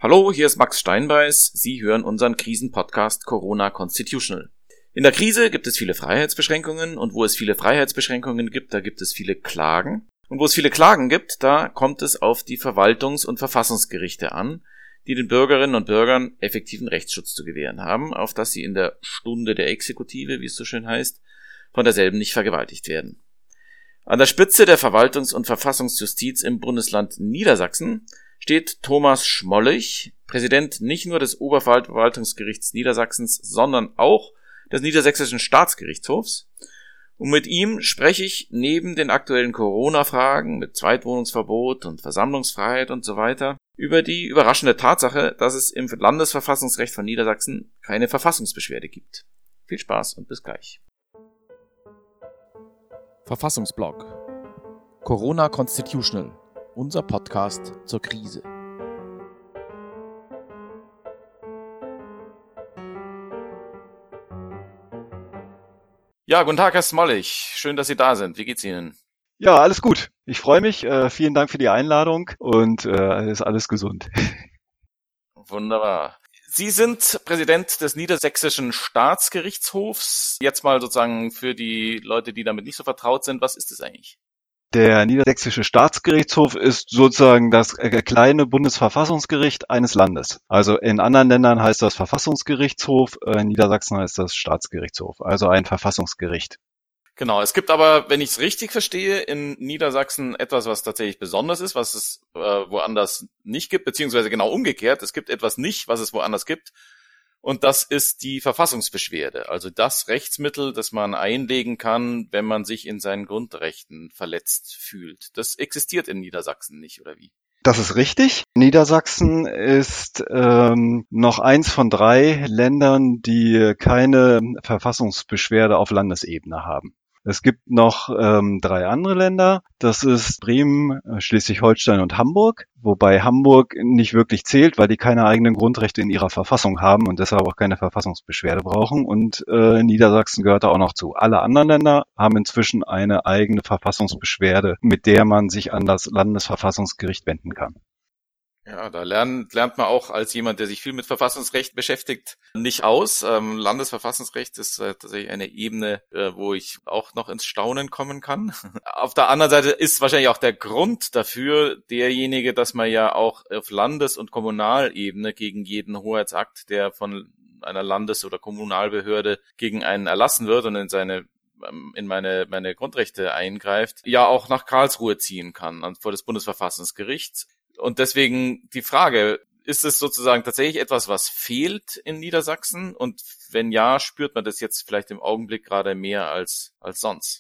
Hallo, hier ist Max Steinbeiß. Sie hören unseren Krisenpodcast Corona Constitutional. In der Krise gibt es viele Freiheitsbeschränkungen und wo es viele Freiheitsbeschränkungen gibt, da gibt es viele Klagen. Und wo es viele Klagen gibt, da kommt es auf die Verwaltungs- und Verfassungsgerichte an, die den Bürgerinnen und Bürgern effektiven Rechtsschutz zu gewähren haben, auf dass sie in der Stunde der Exekutive, wie es so schön heißt, von derselben nicht vergewaltigt werden. An der Spitze der Verwaltungs- und Verfassungsjustiz im Bundesland Niedersachsen steht Thomas Schmollig, Präsident nicht nur des Oberverwaltungsgerichts Niedersachsens, sondern auch des Niedersächsischen Staatsgerichtshofs. Und mit ihm spreche ich neben den aktuellen Corona-Fragen mit Zweitwohnungsverbot und Versammlungsfreiheit und so weiter über die überraschende Tatsache, dass es im Landesverfassungsrecht von Niedersachsen keine Verfassungsbeschwerde gibt. Viel Spaß und bis gleich. Verfassungsblog Corona Constitutional, unser Podcast zur Krise. Ja, guten Tag, Herr Schmollig. Schön, dass Sie da sind. Wie geht's Ihnen? Ja, alles gut. Ich freue mich. Vielen Dank für die Einladung und ist alles gesund. Wunderbar. Sie sind Präsident des Niedersächsischen Staatsgerichtshofs. Jetzt mal sozusagen für die Leute, die damit nicht so vertraut sind, was ist es eigentlich? Der Niedersächsische Staatsgerichtshof ist sozusagen das kleine Bundesverfassungsgericht eines Landes. Also in anderen Ländern heißt das Verfassungsgerichtshof, in Niedersachsen heißt das Staatsgerichtshof, also ein Verfassungsgericht. Genau, es gibt aber, wenn ich es richtig verstehe, in Niedersachsen etwas, was tatsächlich besonders ist, was es woanders nicht gibt, beziehungsweise genau umgekehrt. Es gibt etwas nicht, was es woanders gibt. Und das ist die Verfassungsbeschwerde, also das Rechtsmittel, das man einlegen kann, wenn man sich in seinen Grundrechten verletzt fühlt. Das existiert in Niedersachsen nicht, oder wie? Das ist richtig. Niedersachsen ist noch eins von 3 Ländern, die keine Verfassungsbeschwerde auf Landesebene haben. Es gibt noch 3 andere Länder. Das ist Bremen, Schleswig-Holstein und Hamburg, wobei Hamburg nicht wirklich zählt, weil die keine eigenen Grundrechte in ihrer Verfassung haben und deshalb auch keine Verfassungsbeschwerde brauchen. Und Niedersachsen gehört da auch noch zu. Alle anderen Länder haben inzwischen eine eigene Verfassungsbeschwerde, mit der man sich an das Landesverfassungsgericht wenden kann. Ja, da lernt man auch als jemand, der sich viel mit Verfassungsrecht beschäftigt, nicht aus. Landesverfassungsrecht ist tatsächlich eine Ebene, wo ich auch noch ins Staunen kommen kann. Auf der anderen Seite ist wahrscheinlich auch der Grund dafür derjenige, dass man ja auch auf Landes- und Kommunalebene gegen jeden Hoheitsakt, der von einer Landes- oder Kommunalbehörde gegen einen erlassen wird und in meine Grundrechte eingreift, ja auch nach Karlsruhe ziehen kann, vor das Bundesverfassungsgericht. Und deswegen die Frage, ist es sozusagen tatsächlich etwas, was fehlt in Niedersachsen? Und wenn ja, spürt man das jetzt vielleicht im Augenblick gerade mehr als sonst?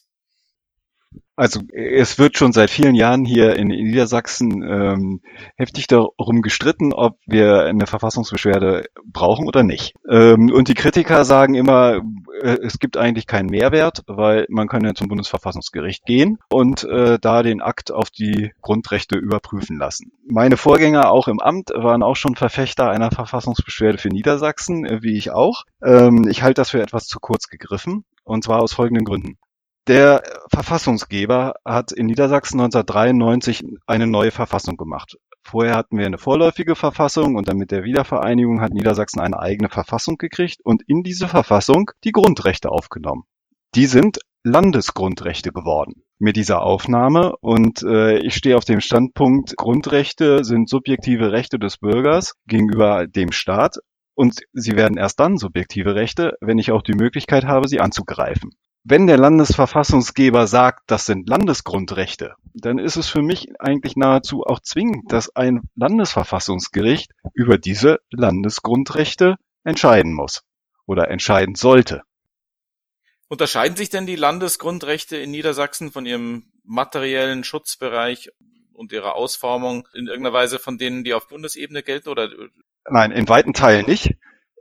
Also es wird schon seit vielen Jahren hier in Niedersachsen heftig darum gestritten, ob wir eine Verfassungsbeschwerde brauchen oder nicht. Und die Kritiker sagen immer, es gibt eigentlich keinen Mehrwert, weil man kann ja zum Bundesverfassungsgericht gehen und da den Akt auf die Grundrechte überprüfen lassen. Meine Vorgänger auch im Amt waren auch schon Verfechter einer Verfassungsbeschwerde für Niedersachsen, wie ich auch. Ich halte das für etwas zu kurz gegriffen, und zwar aus folgenden Gründen. Der Verfassungsgeber hat in Niedersachsen 1993 eine neue Verfassung gemacht. Vorher hatten wir eine vorläufige Verfassung und dann mit der Wiedervereinigung hat Niedersachsen eine eigene Verfassung gekriegt und in diese Verfassung die Grundrechte aufgenommen. Die sind Landesgrundrechte geworden mit dieser Aufnahme und ich stehe auf dem Standpunkt, Grundrechte sind subjektive Rechte des Bürgers gegenüber dem Staat und sie werden erst dann subjektive Rechte, wenn ich auch die Möglichkeit habe, sie anzugreifen. Wenn der Landesverfassungsgeber sagt, das sind Landesgrundrechte, dann ist es für mich eigentlich nahezu auch zwingend, dass ein Landesverfassungsgericht über diese Landesgrundrechte entscheiden muss oder entscheiden sollte. Unterscheiden sich denn die Landesgrundrechte in Niedersachsen von ihrem materiellen Schutzbereich und ihrer Ausformung in irgendeiner Weise von denen, die auf Bundesebene gelten? Oder? Nein, in weiten Teilen nicht.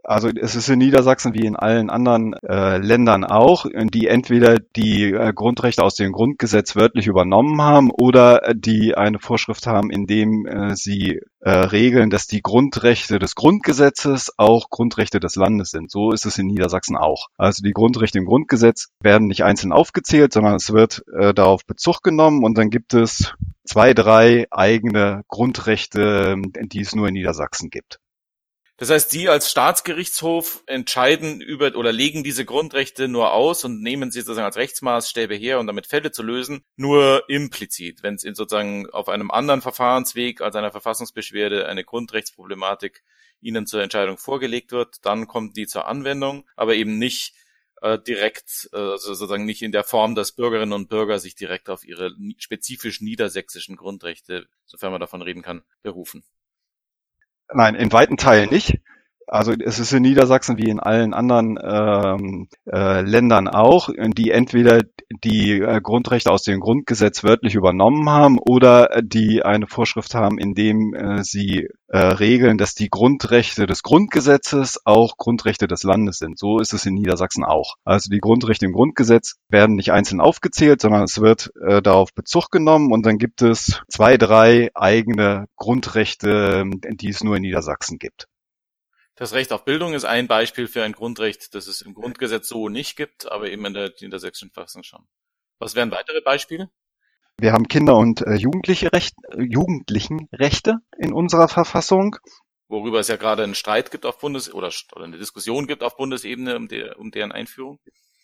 Also es ist in Niedersachsen wie in allen anderen Ländern auch, die entweder die Grundrechte aus dem Grundgesetz wörtlich übernommen haben oder die eine Vorschrift haben, in dem sie regeln, dass die Grundrechte des Grundgesetzes auch Grundrechte des Landes sind. So ist es in Niedersachsen auch. Also die Grundrechte im Grundgesetz werden nicht einzeln aufgezählt, sondern es wird darauf Bezug genommen und dann gibt es 2, 3 eigene Grundrechte, die es nur in Niedersachsen gibt. Das heißt, Sie als Staatsgerichtshof entscheiden über oder legen diese Grundrechte nur aus und nehmen sie sozusagen als Rechtsmaßstäbe her, um damit Fälle zu lösen, nur implizit. Wenn es sozusagen auf einem anderen Verfahrensweg als einer Verfassungsbeschwerde eine Grundrechtsproblematik Ihnen zur Entscheidung vorgelegt wird, dann kommt die zur Anwendung, aber eben nicht direkt, also sozusagen nicht in der Form, dass Bürgerinnen und Bürger sich direkt auf ihre spezifisch niedersächsischen Grundrechte, sofern man davon reden kann, berufen. Nein, in weiten Teilen nicht. Also es ist in Niedersachsen wie in allen anderen Ländern auch, die entweder die Grundrechte aus dem Grundgesetz wörtlich übernommen haben oder die eine Vorschrift haben, in dem sie regeln, dass die Grundrechte des Grundgesetzes auch Grundrechte des Landes sind. So ist es in Niedersachsen auch. Also die Grundrechte im Grundgesetz werden nicht einzeln aufgezählt, sondern es wird darauf Bezug genommen und dann gibt es 2, 3 eigene Grundrechte, die es nur in Niedersachsen gibt. Das Recht auf Bildung ist ein Beispiel für ein Grundrecht, das es im Grundgesetz so nicht gibt, aber eben in der sächsischen Verfassung schon. Was wären weitere Beispiele? Wir haben Kinder- und Jugendlichenrechte in unserer Verfassung. Worüber es ja gerade einen Streit gibt auf oder eine Diskussion gibt auf Bundesebene um deren Einführung.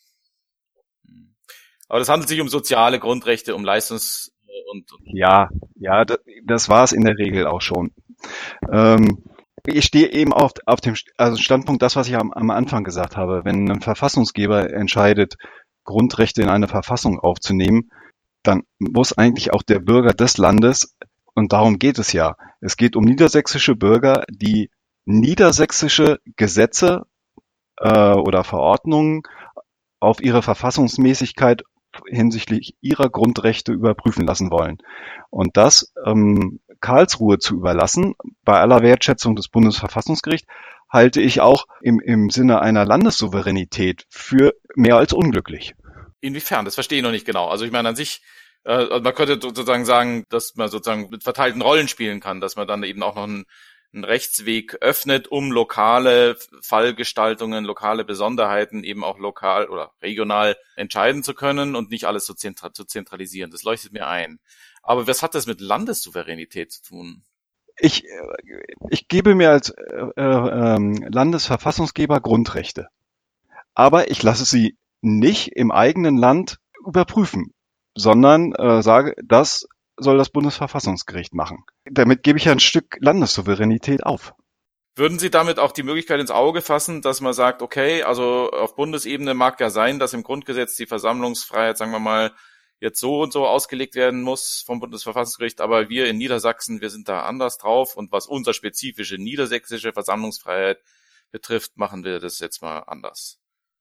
Aber das handelt sich um soziale Grundrechte, um Leistungs- und Ja, das war es in der Regel auch schon. Ich stehe eben auf dem Standpunkt, das, was ich am Anfang gesagt habe. Wenn ein Verfassungsgeber entscheidet, Grundrechte in eine Verfassung aufzunehmen, dann muss eigentlich auch der Bürger des Landes, und darum geht es ja, es geht um niedersächsische Bürger, die niedersächsische Gesetze oder Verordnungen auf ihre Verfassungsmäßigkeit hinsichtlich ihrer Grundrechte überprüfen lassen wollen. Und das Karlsruhe zu überlassen, bei aller Wertschätzung des Bundesverfassungsgerichts, halte ich auch im Sinne einer Landessouveränität für mehr als unglücklich. Inwiefern? Das verstehe ich noch nicht genau. Also ich meine an sich, man könnte sozusagen sagen, dass man sozusagen mit verteilten Rollen spielen kann, dass man dann eben auch noch einen Rechtsweg öffnet, um lokale Fallgestaltungen, lokale Besonderheiten eben auch lokal oder regional entscheiden zu können und nicht alles zu zentralisieren. Das leuchtet mir ein. Aber was hat das mit Landessouveränität zu tun? Ich gebe mir als Landesverfassungsgeber Grundrechte, aber ich lasse sie nicht im eigenen Land überprüfen, sondern sage, das soll das Bundesverfassungsgericht machen. Damit gebe ich ja ein Stück Landessouveränität auf. Würden Sie damit auch die Möglichkeit ins Auge fassen, dass man sagt, okay, also auf Bundesebene mag ja sein, dass im Grundgesetz die Versammlungsfreiheit, sagen wir mal, jetzt so und so ausgelegt werden muss vom Bundesverfassungsgericht, aber wir in Niedersachsen, wir sind da anders drauf und was unsere spezifische niedersächsische Versammlungsfreiheit betrifft, machen wir das jetzt mal anders.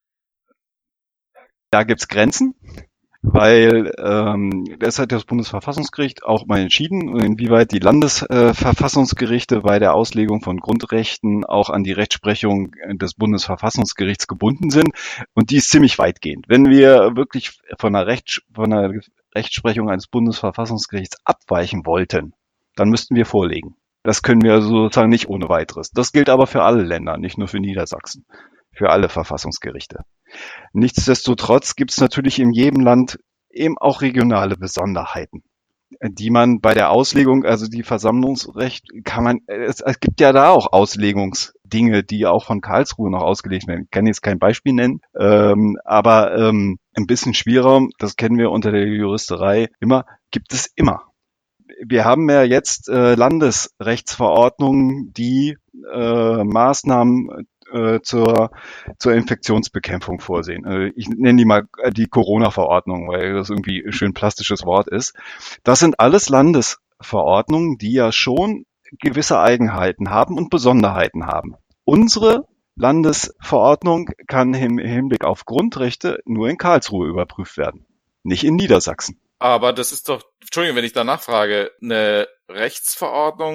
Da gibt's Grenzen, weil das hat das Bundesverfassungsgericht auch mal entschieden, inwieweit die Landesverfassungsgerichte bei der Auslegung von Grundrechten auch an die Rechtsprechung des Bundesverfassungsgerichts gebunden sind. Und die ist ziemlich weitgehend. Wenn wir wirklich von der Rechtsprechung eines Bundesverfassungsgerichts abweichen wollten, dann müssten wir vorlegen. Das können wir sozusagen nicht ohne weiteres. Das gilt aber für alle Länder, nicht nur für Niedersachsen, für alle Verfassungsgerichte. Nichtsdestotrotz gibt es natürlich in jedem Land eben auch regionale Besonderheiten, die man bei der Auslegung, also die Versammlungsrecht, es gibt ja da auch Auslegungsdinge, die auch von Karlsruhe noch ausgelegt werden. Ich kann jetzt kein Beispiel nennen, aber ein bisschen Spielraum, das kennen wir unter der Juristerei gibt es immer. Wir haben ja jetzt Landesrechtsverordnungen, die Maßnahmen zur Infektionsbekämpfung vorsehen. Ich nenne die mal die Corona-Verordnung, weil das irgendwie ein schön plastisches Wort ist. Das sind alles Landesverordnungen, die ja schon gewisse Eigenheiten haben und Besonderheiten haben. Unsere Landesverordnung kann im Hinblick auf Grundrechte nur in Karlsruhe überprüft werden, nicht in Niedersachsen. Aber das ist doch, Entschuldigung, wenn ich da nachfrage, eine Rechtsverordnung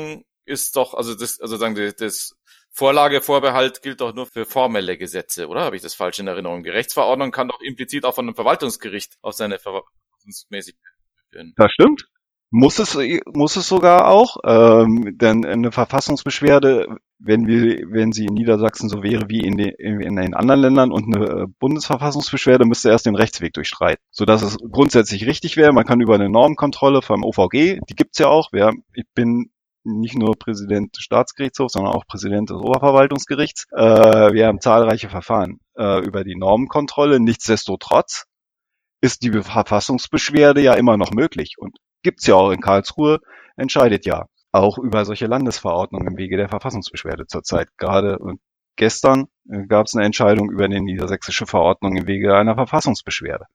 ist doch, also das Vorlagevorbehalt gilt doch nur für formelle Gesetze, oder? Habe ich das falsch in Erinnerung? Die Rechtsverordnung kann doch implizit auch von einem Verwaltungsgericht auf seine Verfassungsmäßigkeit führen. Das stimmt. Muss es sogar auch, denn eine Verfassungsbeschwerde, wenn sie in Niedersachsen so wäre wie in den anderen Ländern und eine Bundesverfassungsbeschwerde, müsste erst den Rechtsweg durchstreiten, sodass es grundsätzlich richtig wäre. Man kann über eine Normkontrolle vom OVG, die gibt's ja auch. Ich bin nicht nur Präsident des Staatsgerichtshofs, sondern auch Präsident des Oberverwaltungsgerichts. Wir haben zahlreiche Verfahren über die Normenkontrolle. Nichtsdestotrotz ist die Verfassungsbeschwerde ja immer noch möglich und gibt's ja auch in Karlsruhe, entscheidet ja auch über solche Landesverordnungen im Wege der Verfassungsbeschwerde zurzeit. Gerade gestern gab es eine Entscheidung über eine niedersächsische Verordnung im Wege einer Verfassungsbeschwerde.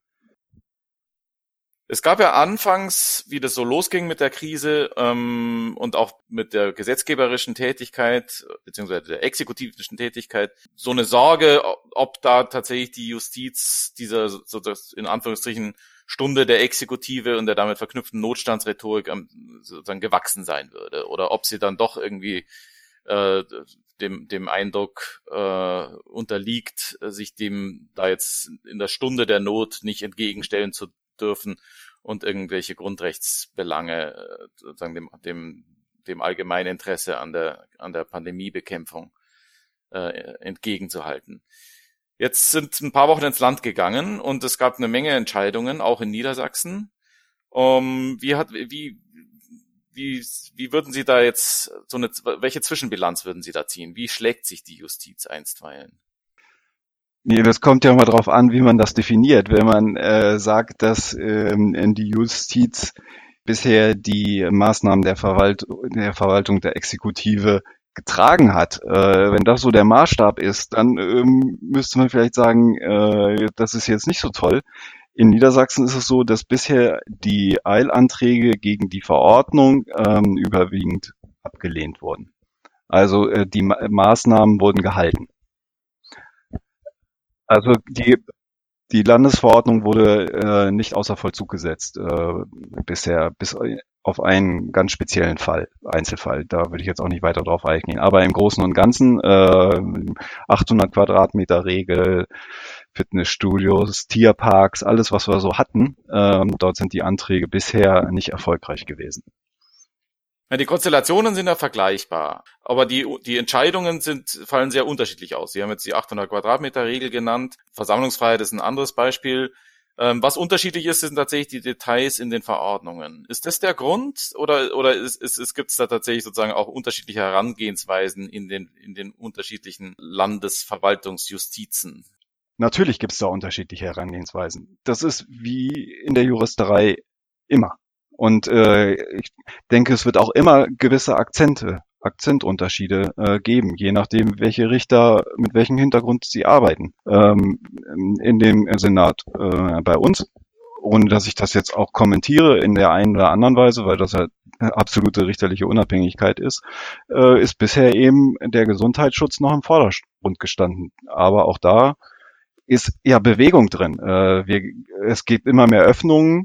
Es gab ja anfangs, wie das so losging mit der Krise und auch mit der gesetzgeberischen Tätigkeit beziehungsweise der exekutiven Tätigkeit, so eine Sorge, ob da tatsächlich die Justiz dieser so das in Anführungsstrichen Stunde der Exekutive und der damit verknüpften Notstandsrhetorik sozusagen gewachsen sein würde oder ob sie dann doch irgendwie dem Eindruck unterliegt, sich dem da jetzt in der Stunde der Not nicht entgegenstellen zu dürfen und irgendwelche Grundrechtsbelange sozusagen dem Allgemeininteresse an der Pandemiebekämpfung entgegenzuhalten. Jetzt sind ein paar Wochen ins Land gegangen und es gab eine Menge Entscheidungen, auch in Niedersachsen. Wie würden Sie da jetzt welche Zwischenbilanz würden Sie da ziehen? Wie schlägt sich die Justiz einstweilen? Nee, das kommt ja mal drauf an, wie man das definiert. Wenn man sagt, dass die Justiz bisher die Maßnahmen der Verwaltung der Exekutive getragen hat, wenn das so der Maßstab ist, dann müsste man vielleicht sagen, das ist jetzt nicht so toll. In Niedersachsen ist es so, dass bisher die Eilanträge gegen die Verordnung überwiegend abgelehnt wurden. Also die Maßnahmen wurden gehalten. Also die Landesverordnung wurde nicht außer Vollzug gesetzt bisher, bis auf einen ganz speziellen Einzelfall. Da würde ich jetzt auch nicht weiter drauf eingehen. Aber im Großen und Ganzen 800 Quadratmeter Regel, Fitnessstudios, Tierparks, alles, was wir so hatten, dort sind die Anträge bisher nicht erfolgreich gewesen. Ja, die Konstellationen sind ja vergleichbar, aber die Entscheidungen fallen sehr unterschiedlich aus. Sie haben jetzt die 800 Quadratmeter Regel genannt. Versammlungsfreiheit ist ein anderes Beispiel. Was unterschiedlich ist, sind tatsächlich die Details in den Verordnungen. Ist das der Grund oder gibt es da tatsächlich sozusagen auch unterschiedliche Herangehensweisen in den unterschiedlichen Landesverwaltungsjustizen? Natürlich gibt es da unterschiedliche Herangehensweisen. Das ist wie in der Juristerei immer. Und ich denke, es wird auch immer gewisse Akzentunterschiede geben, je nachdem, welche Richter mit welchem Hintergrund sie arbeiten. In dem Senat bei uns, ohne dass ich das jetzt auch kommentiere in der einen oder anderen Weise, weil das halt absolute richterliche Unabhängigkeit ist bisher eben der Gesundheitsschutz noch im Vordergrund gestanden. Aber auch da ist ja Bewegung drin. Es gibt immer mehr Öffnungen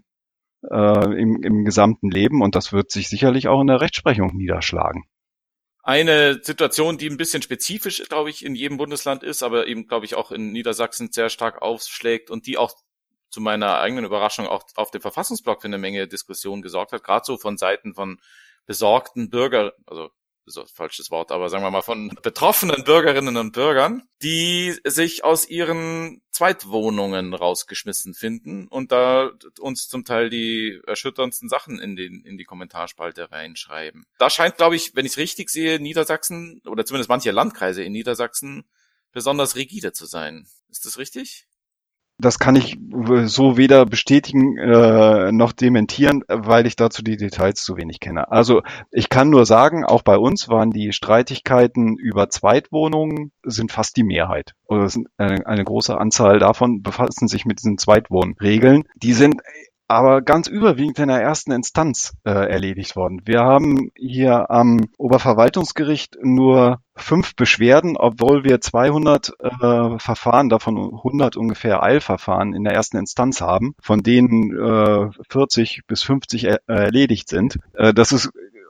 im gesamten Leben und das wird sich sicherlich auch in der Rechtsprechung niederschlagen. Eine Situation, die ein bisschen spezifisch, glaube ich, in jedem Bundesland ist, aber eben, glaube ich, auch in Niedersachsen sehr stark aufschlägt und die auch zu meiner eigenen Überraschung auch auf dem Verfassungsblog für eine Menge Diskussion gesorgt hat, gerade so von Seiten von besorgten Bürgern, also das ist ein falsches Wort, aber sagen wir mal von betroffenen Bürgerinnen und Bürgern, die sich aus ihren Zweitwohnungen rausgeschmissen finden und da uns zum Teil die erschütterndsten Sachen in die Kommentarspalte reinschreiben. Da scheint, glaube ich, wenn ich es richtig sehe, Niedersachsen oder zumindest manche Landkreise in Niedersachsen besonders rigide zu sein. Ist das richtig? Das kann ich so weder bestätigen noch dementieren, weil ich dazu die Details zu wenig kenne. Also ich kann nur sagen, auch bei uns waren die Streitigkeiten über Zweitwohnungen sind fast die Mehrheit. Oder sind eine große Anzahl davon befassen sich mit diesen Zweitwohnregeln. Die sind aber ganz überwiegend in der ersten Instanz erledigt worden. Wir haben hier am Oberverwaltungsgericht nur 5 Beschwerden, obwohl wir 200 Verfahren, davon 100 ungefähr Eilverfahren in der ersten Instanz haben, von denen 40 bis 50 erledigt sind. Das ist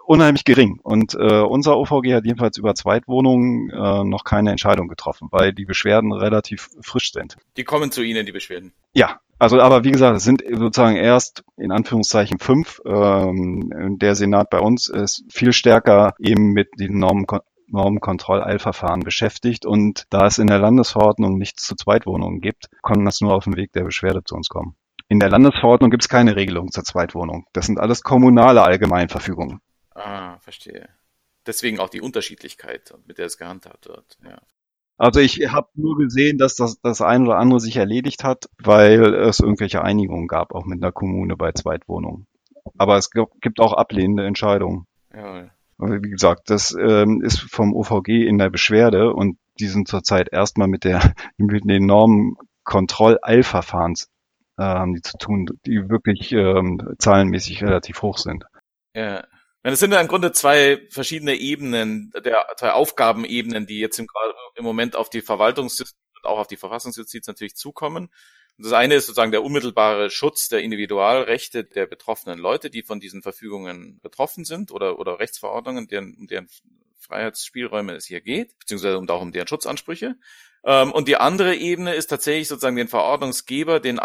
unheimlich gering. Und unser OVG hat jedenfalls über Zweitwohnungen noch keine Entscheidung getroffen, weil die Beschwerden relativ frisch sind. Die kommen zu Ihnen, die Beschwerden? Ja, also aber wie gesagt, es sind sozusagen erst in Anführungszeichen 5. Der Senat bei uns ist viel stärker eben mit den Normenkontrolleilverfahren beschäftigt, und da es in der Landesverordnung nichts zu Zweitwohnungen gibt, kann das nur auf dem Weg der Beschwerde zu uns kommen. In der Landesverordnung gibt es keine Regelung zur Zweitwohnung. Das sind alles kommunale Allgemeinverfügungen. Ah, verstehe. Deswegen auch die Unterschiedlichkeit, mit der es gehandhabt wird. Ja. Also ich habe nur gesehen, dass das ein oder andere sich erledigt hat, weil es irgendwelche Einigungen gab, auch mit einer Kommune bei Zweitwohnungen. Aber es gibt auch ablehnende Entscheidungen. Jawohl. Also wie gesagt, das ist vom OVG in der Beschwerde, und die sind zurzeit erstmal mit den Normenkontrolleilverfahren die zu tun, die wirklich zahlenmäßig relativ hoch sind. Ja. Es sind ja im Grunde zwei verschiedene Ebenen, zwei Aufgabenebenen, die jetzt im Moment auf die Verwaltungsjustiz und auch auf die Verfassungsjustiz natürlich zukommen. Und das eine ist sozusagen der unmittelbare Schutz der Individualrechte der betroffenen Leute, die von diesen Verfügungen betroffen sind, oder Rechtsverordnungen, um deren Freiheitsspielräume es hier geht, beziehungsweise auch um deren Schutzansprüche. Und die andere Ebene ist tatsächlich sozusagen den Verordnungsgeber, denjenigen,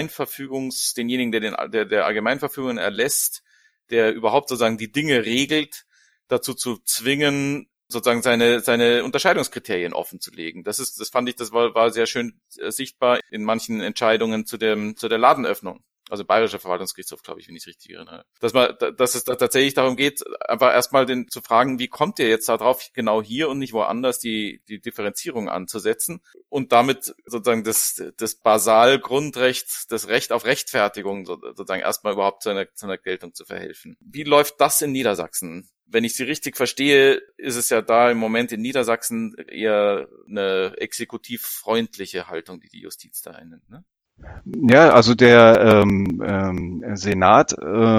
der Allgemeinverfügungen erlässt, der überhaupt sozusagen die Dinge regelt, dazu zu zwingen, sozusagen seine Unterscheidungskriterien offen zu legen. Das fand ich, das war sehr schön sichtbar in manchen Entscheidungen zu der Ladenöffnung. Also Bayerischer Verwaltungsgerichtshof, glaube ich, wenn ich es richtig erinnere. Dass es da tatsächlich darum geht, einfach erstmal zu fragen, wie kommt ihr jetzt darauf, genau hier und nicht woanders die Differenzierung anzusetzen und damit sozusagen das Basalgrundrecht, das Recht auf Rechtfertigung sozusagen erstmal überhaupt zu einer Geltung zu verhelfen. Wie läuft das in Niedersachsen? Wenn ich Sie richtig verstehe, ist es ja da im Moment in Niedersachsen eher eine exekutivfreundliche Haltung, die Justiz da einnimmt, ne? Ja, also der Senat,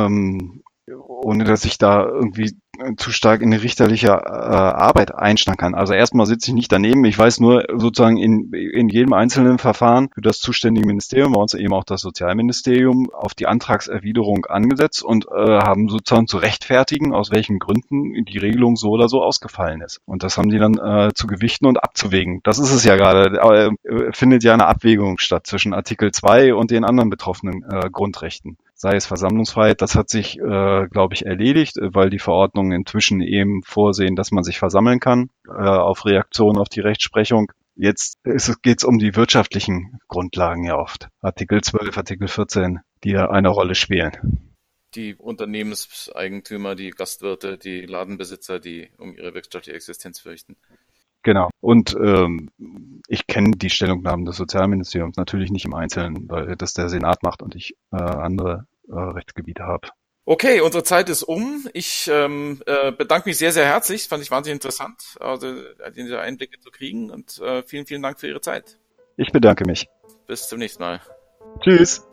ohne dass ich da irgendwie zu stark in eine richterliche Arbeit einsteigen kann. Also erstmal sitze ich nicht daneben. Ich weiß nur sozusagen in jedem einzelnen Verfahren für das zuständige Ministerium, bei uns eben auch das Sozialministerium, auf die Antragserwiderung angesetzt und haben sozusagen zu rechtfertigen, aus welchen Gründen die Regelung so oder so ausgefallen ist. Und das haben die dann zu gewichten und abzuwägen. Das ist es ja gerade. Findet ja eine Abwägung statt zwischen Artikel 2 und den anderen betroffenen Grundrechten. Sei es Versammlungsfreiheit, das hat sich, glaube ich, erledigt, weil die Verordnungen inzwischen eben vorsehen, dass man sich versammeln kann, auf Reaktion auf die Rechtsprechung. Jetzt geht's um die wirtschaftlichen Grundlagen ja oft. Artikel 12, Artikel 14, die ja eine Rolle spielen. Die Unternehmenseigentümer, die Gastwirte, die Ladenbesitzer, die um ihre wirtschaftliche Existenz fürchten. Genau. Und ich kenne die Stellungnahmen des Sozialministeriums natürlich nicht im Einzelnen, weil das der Senat macht und ich andere Rechtsgebiete habe. Okay, unsere Zeit ist um. Ich bedanke mich sehr, sehr herzlich. Fand ich wahnsinnig interessant, also diese Einblicke zu kriegen, und vielen, vielen Dank für Ihre Zeit. Ich bedanke mich. Bis zum nächsten Mal. Tschüss.